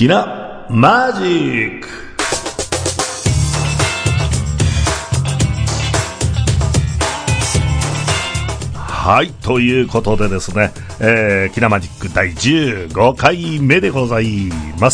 キナマジック。はい、ということでですね、キナマジック第15回目でございます。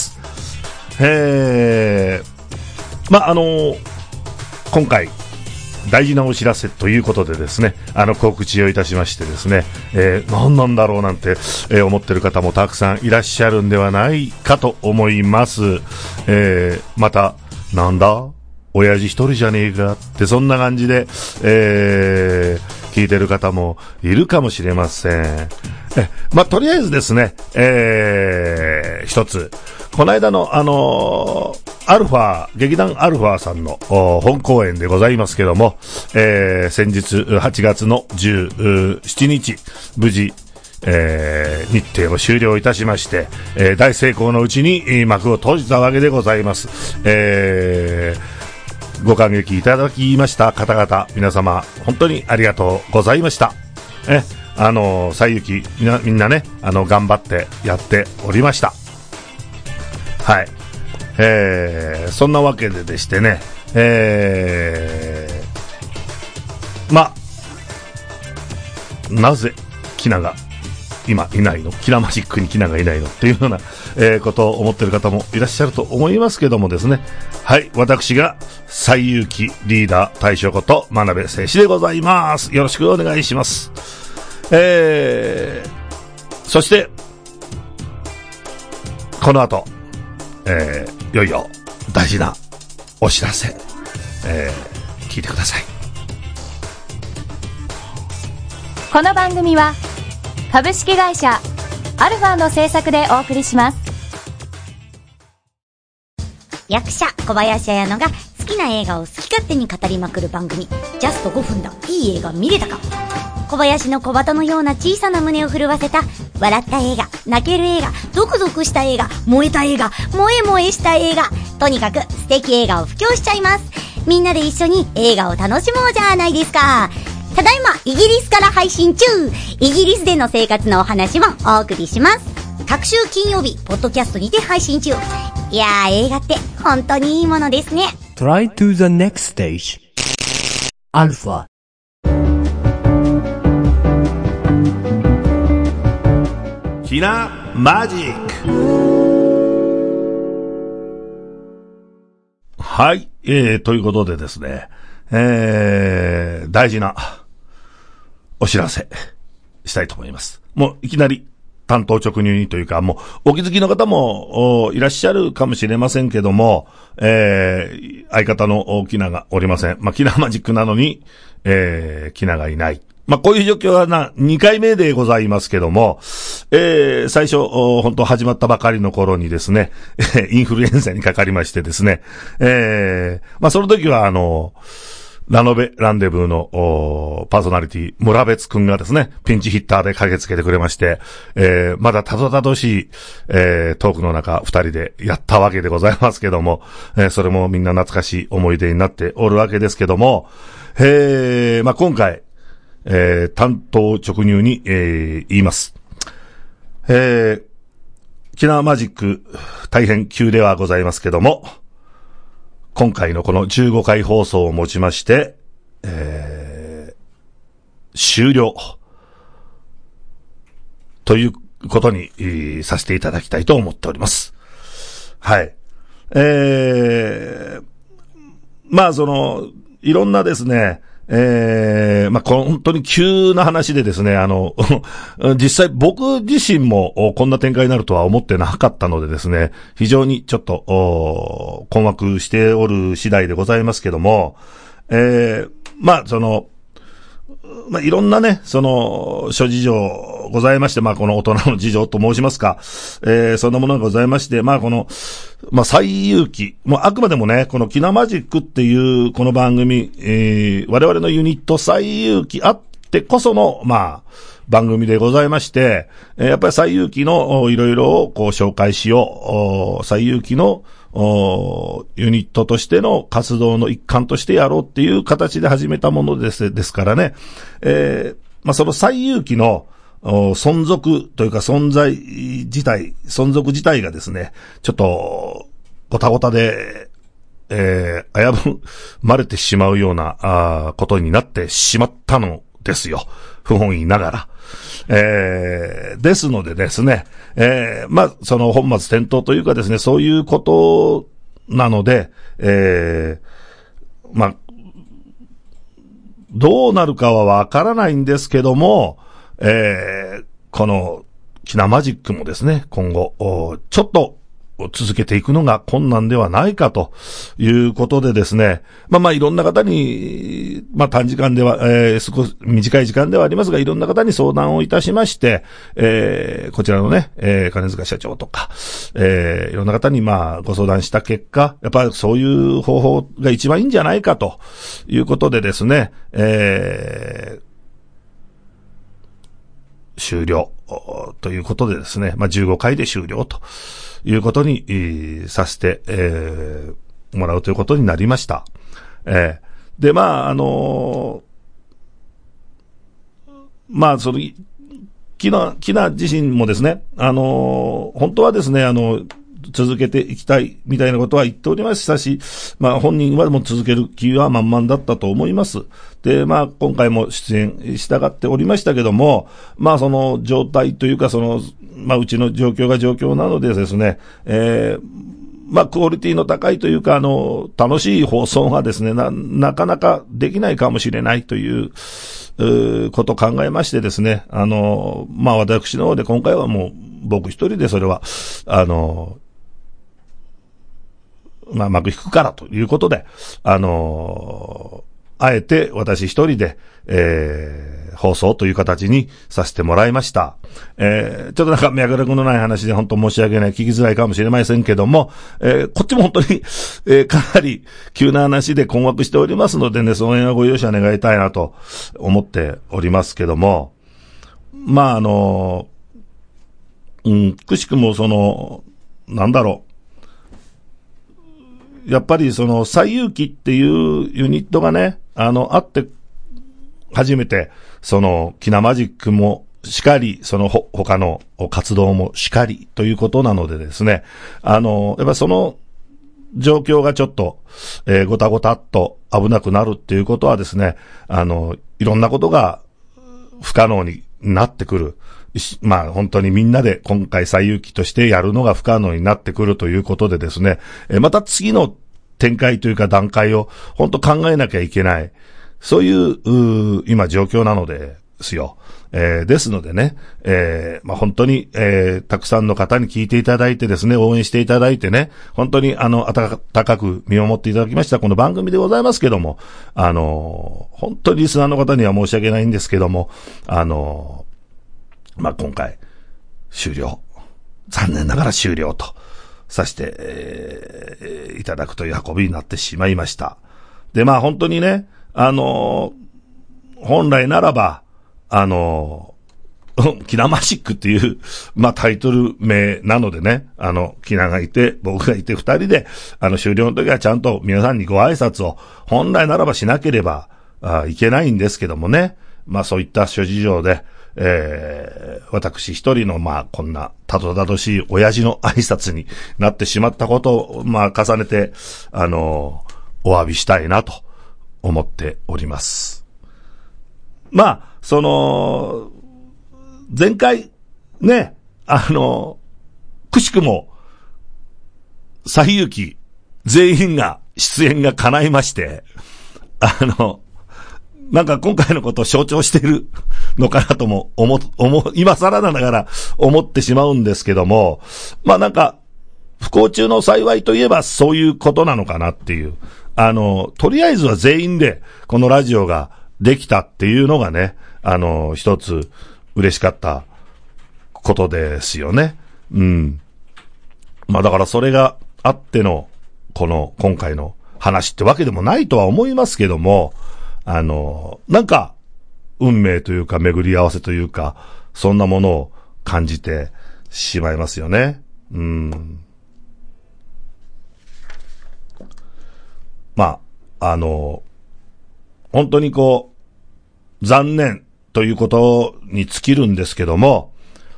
今回大事なお知らせということでですね、告知をいたしましてですね、何なんだろうなんて、思ってる方もたくさんいらっしゃるんではないかと思います。また、なんだ親父一人じゃねえかって、そんな感じで、聞いてる方もいるかもしれません。とりあえずですね、一つ、この間の劇団アルファさんの本公演でございますけども、先日8月の17日、無事、日程を終了いたしまして、大成功のうちに幕を閉じたわけでございます。ご感激いただきました方々、皆様本当にありがとうございました。西行みんなね、頑張ってやっておりました。はい。そんなわけででしてね、なぜキナが今いないの、キナマジックにキナがいないのっていうような、ことを思っている方もいらっしゃると思いますけどもですね、はい、私が西遊記リーダー大将こと真鍋誠志でございます。よろしくお願いします。そしてこの後、いよいよ大事なお知らせ、聞いてください。 この番組は株式会社アルファの制作でお送りします。 役者小林彩乃が好きな映画を好き勝手に語りまくる番組、ジャスト5分だ、いい映画見れたか。小林の小鳩のような小さな胸を震わせた笑った映画、泣ける映画、ゾクゾクした映画、燃えた映画、萌え萌えした映画、とにかく素敵映画を布教しちゃいます。みんなで一緒に映画を楽しもうじゃないですか。ただいまイギリスから配信中、イギリスでの生活のお話もお送りします。各週金曜日ポッドキャストにて配信中。いやー、映画って本当にいいものですね。 Try to the next stage アルファ。 キナマジック。はい、ということでですね、大事なお知らせしたいと思います。もういきなり単刀直入にというか、もうお気づきの方もいらっしゃるかもしれませんけども、相方のキナがおりません。キナマジックなのに、キナがいない。こういう状況は2回目でございますけども、最初、本当始まったばかりの頃にですね、インフルエンザにかかりましてですね、その時はラノベランデブーのパーソナリティ、村別くんがですね、ピンチヒッターで駆けつけてくれまして、まだたどたどしい、トークの中2人でやったわけでございますけども、それもみんな懐かしい思い出になっておるわけですけども、今回、単刀直入に、言います。キナマジック大変急ではございますけども、今回のこの15回放送をもちまして、終了ということに、させていただきたいと思っております。はい。いろんなですね、本当に急な話でですね、実際僕自身もこんな展開になるとは思ってなかったのでですね、非常にちょっと困惑しておる次第でございますけども、いろんなね、諸事情ございまして、この大人の事情と申しますか、そんなものがございまして、西遊記、あくまでもね、このキナマジックっていうこの番組、我々のユニット西遊記あってこその、番組でございまして、やっぱり西遊記のいろいろをこう紹介しよう、西遊記のユニットとしての活動の一環としてやろうっていう形で始めたものですからね。その西遊記の存続というか存続自体がですね、ちょっと、ごたごたで、危ぶまれてしまうような、ことになってしまったのですよ。不本意ながら。ですのでですね、その本末転倒というかですね、そういうことなので、どうなるかはわからないんですけども、この、キナマジックもですね、今後、ちょっと続けていくのが困難ではないかということでですね、いろんな方に、短時間では、少し短い時間ではありますが、いろんな方に相談をいたしまして、こちらのね、金塚社長とか、いろんな方にご相談した結果、やっぱりそういう方法が一番いいんじゃないかということでですね、終了ということでですね、15回で終了ということに、させて、もらうということになりました。で、その、キナ自身もですね、本当はですね、続けていきたいみたいなことは言っておりましたし、本人はもう続ける気は満々だったと思います。で、今回も出演したがっておりましたけども、その状態というか、その、うちの状況が状況なのでですね、クオリティの高いというか、楽しい放送がですね、なかなかできないかもしれないという、ことを考えましてですね、私の方で今回はもう僕一人でそれは、幕引くからということで、あえて私一人で、放送という形にさせてもらいました。ちょっとなんか脈絡のない話で本当申し訳ない、聞きづらいかもしれませんけども、こっちも本当に、かなり急な話で困惑しておりますのでね、その辺はご容赦願いたいなと思っておりますけども、くしくもその、やっぱりその、西遊記っていうユニットがね、あって、初めて、その、キナマジックもしかり、その他の活動もしかりということなのでですね、やっぱその状況がちょっと、ごたごたっと危なくなるっていうことはですね、いろんなことが不可能になってくる。本当にみんなで今回西遊記としてやるのが不可能になってくるということでですね、また次の展開というか段階を本当考えなきゃいけない。そういう、今状況なのですよ。ですのでね、本当に、たくさんの方に聞いていただいてですね、応援していただいてね、本当に温かく見守っていただきましたこの番組でございますけども、本当にリスナーの方には申し訳ないんですけども、今回、終了。残念ながら終了とさせて、いただくという運びになってしまいました。で、本当にね、本来ならば、キナマジックっていう、タイトル名なのでね、キナがいて、僕がいて二人で、終了の時はちゃんと皆さんにご挨拶を、本来ならばしなければ、いけないんですけどもね、そういった諸事情で、私一人のこんなたどたどしい親父の挨拶になってしまったことを重ねてお詫びしたいなと思っております。その前回ね、くしくも西遊記全員が出演が叶いまして、なんか今回のことを象徴しているのかなとも今更ながら思ってしまうんですけども、なんか、不幸中の幸いといえばそういうことなのかなっていう。とりあえずは全員でこのラジオができたっていうのがね、一つ嬉しかったことですよね。だからそれがあっての、今回の話ってわけでもないとは思いますけども、なんか、運命というか巡り合わせというか、そんなものを感じてしまいますよね。本当に残念ということに尽きるんですけども、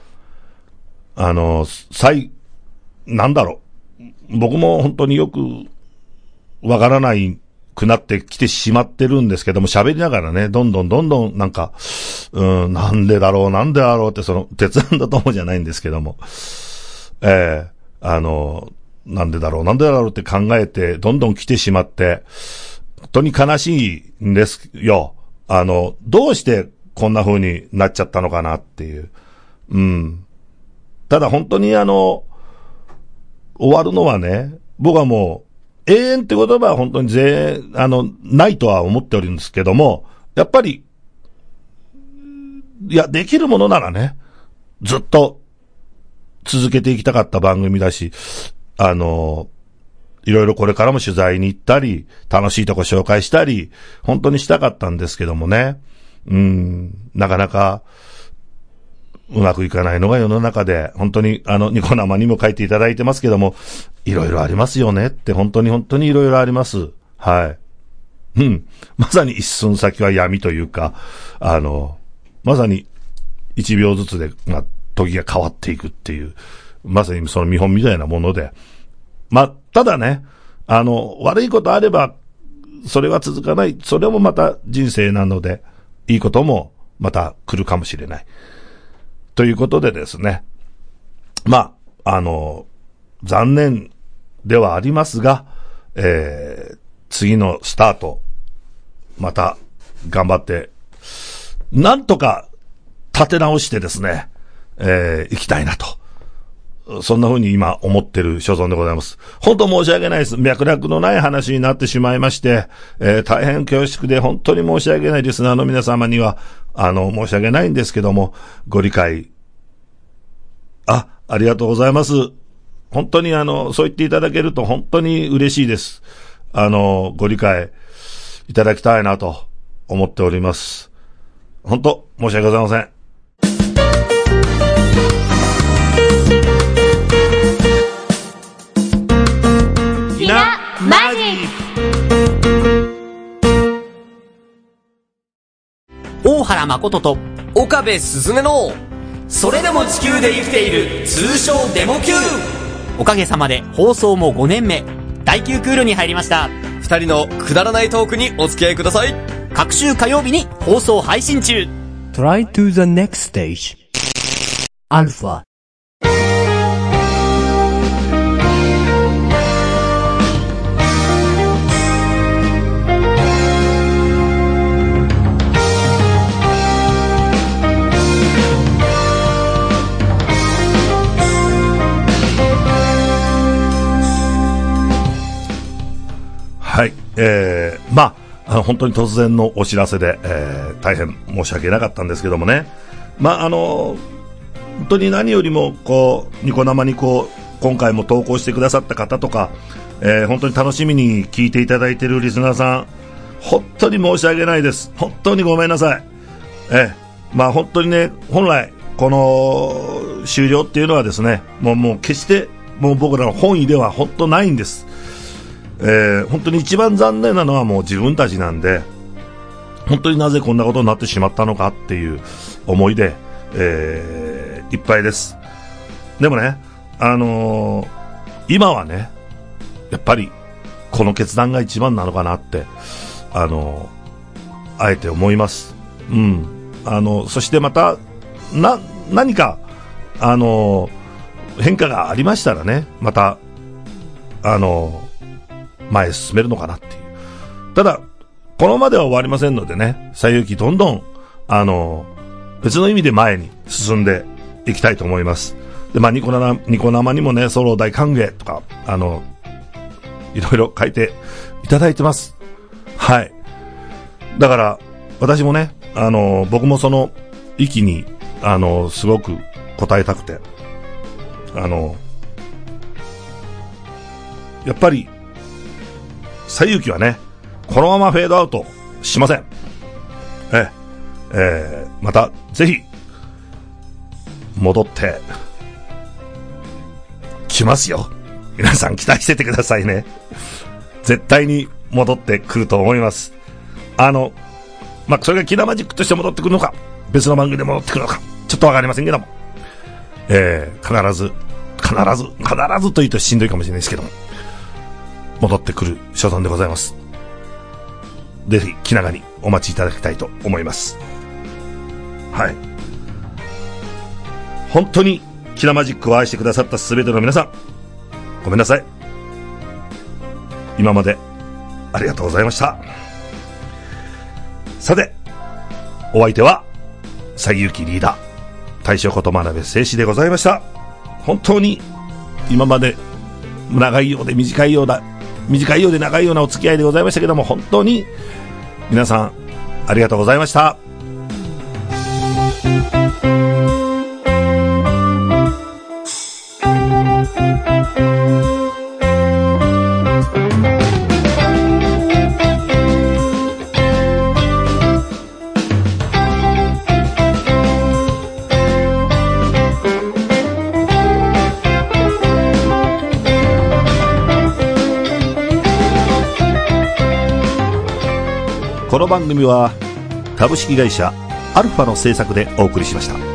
なんだろう。僕も本当によくわからないくなってきてしまってるんですけども、喋りながらね、どんどんなんか、なんでだろうって鉄腕だと思うじゃないんですけども、なんでだろうって考えて、どんどん来てしまって、本当に悲しいんですよ。どうしてこんな風になっちゃったのかなっていう。ただ本当に終わるのはね、僕はもう、永遠って言葉は本当にないとは思っておるんですけども、やっぱり、いや、できるものならね、ずっと続けていきたかった番組だし、いろいろこれからも取材に行ったり、楽しいとこ紹介したり、本当にしたかったんですけどもね、なかなか、うまくいかないのが世の中で、本当にニコ生にも書いていただいてますけども、いろいろありますよねって、本当にいろいろあります。はい。まさに一寸先は闇というか、まさに1秒ずつで、時が変わっていくっていう、まさにその見本みたいなもので。ただね、悪いことあれば、それは続かない。それもまた人生なので、いいこともまた来るかもしれない。ということでですね。残念ではありますが、次のスタート、また頑張って、なんとか立て直してですね、行きたいなと。そんな風に今思ってる所存でございます。本当申し訳ないです。脈絡のない話になってしまいまして、大変恐縮で本当に申し訳ないリスナーの皆様には、申し訳ないんですけども、ご理解、ありがとうございます。本当にそう言っていただけると本当に嬉しいです。ご理解いただきたいなと思っております。本当、申し訳ございません。 ひなマジ大原誠と岡部すずめのそれでも地球で生きている通称デモ級。 おかげさまで放送も5年目、第9クールに入りました。 二人のくだらないトークにお付き合いください。 各週火曜日に放送配信中。 Try to the next stage. Alpha。 はい。本当に突然のお知らせで、大変申し訳なかったんですけどもね。本当に何よりも、ニコ生に今回も投稿してくださった方とか、本当に楽しみに聞いていただいているリスナーさん、本当に申し訳ないです。本当にごめんなさい。本当にね、本来、この終了っていうのはですね、もう決して、もう僕らの本意では本当ないんです。本当に一番残念なのはもう自分たちなんで、本当になぜこんなことになってしまったのかっていう思いで、いっぱいです。でもね、今はね、やっぱりこの決断が一番なのかなって、あえて思います。そしてまた、何か、変化がありましたらね、また、前へ進めるのかなっていう。ただ、このままでは終わりませんのでね、西遊記どんどん、別の意味で前に進んでいきたいと思います。で、ニコ生にもね、ソロ大歓迎とか、いろいろ書いていただいてます。はい。だから、私もね、僕もその域に、すごく応えたくて、やっぱり、西遊記はね、このままフェードアウトしません。また、ぜひ、戻って、来ますよ。皆さん期待しててくださいね。絶対に戻ってくると思います。それがキラマジックとして戻ってくるのか、 別の番組で戻ってくるのか、ちょっとわかりませんけども、必ずと言うとしんどいかもしれないですけども、戻ってくる所存でございます。ぜひ気長にお待ちいただきたいと思います。はい。本当にキラマジックを愛してくださったすべての皆さん、ごめんなさい。今までありがとうございました。さて、お相手は詐欺行きリーダー大将こと真鍋誠士でございました。本当に今まで長いようで短いようで長いようなお付き合いでございましたけども、本当に皆さんありがとうございました。この番組は株式会社アルファの制作でお送りしました。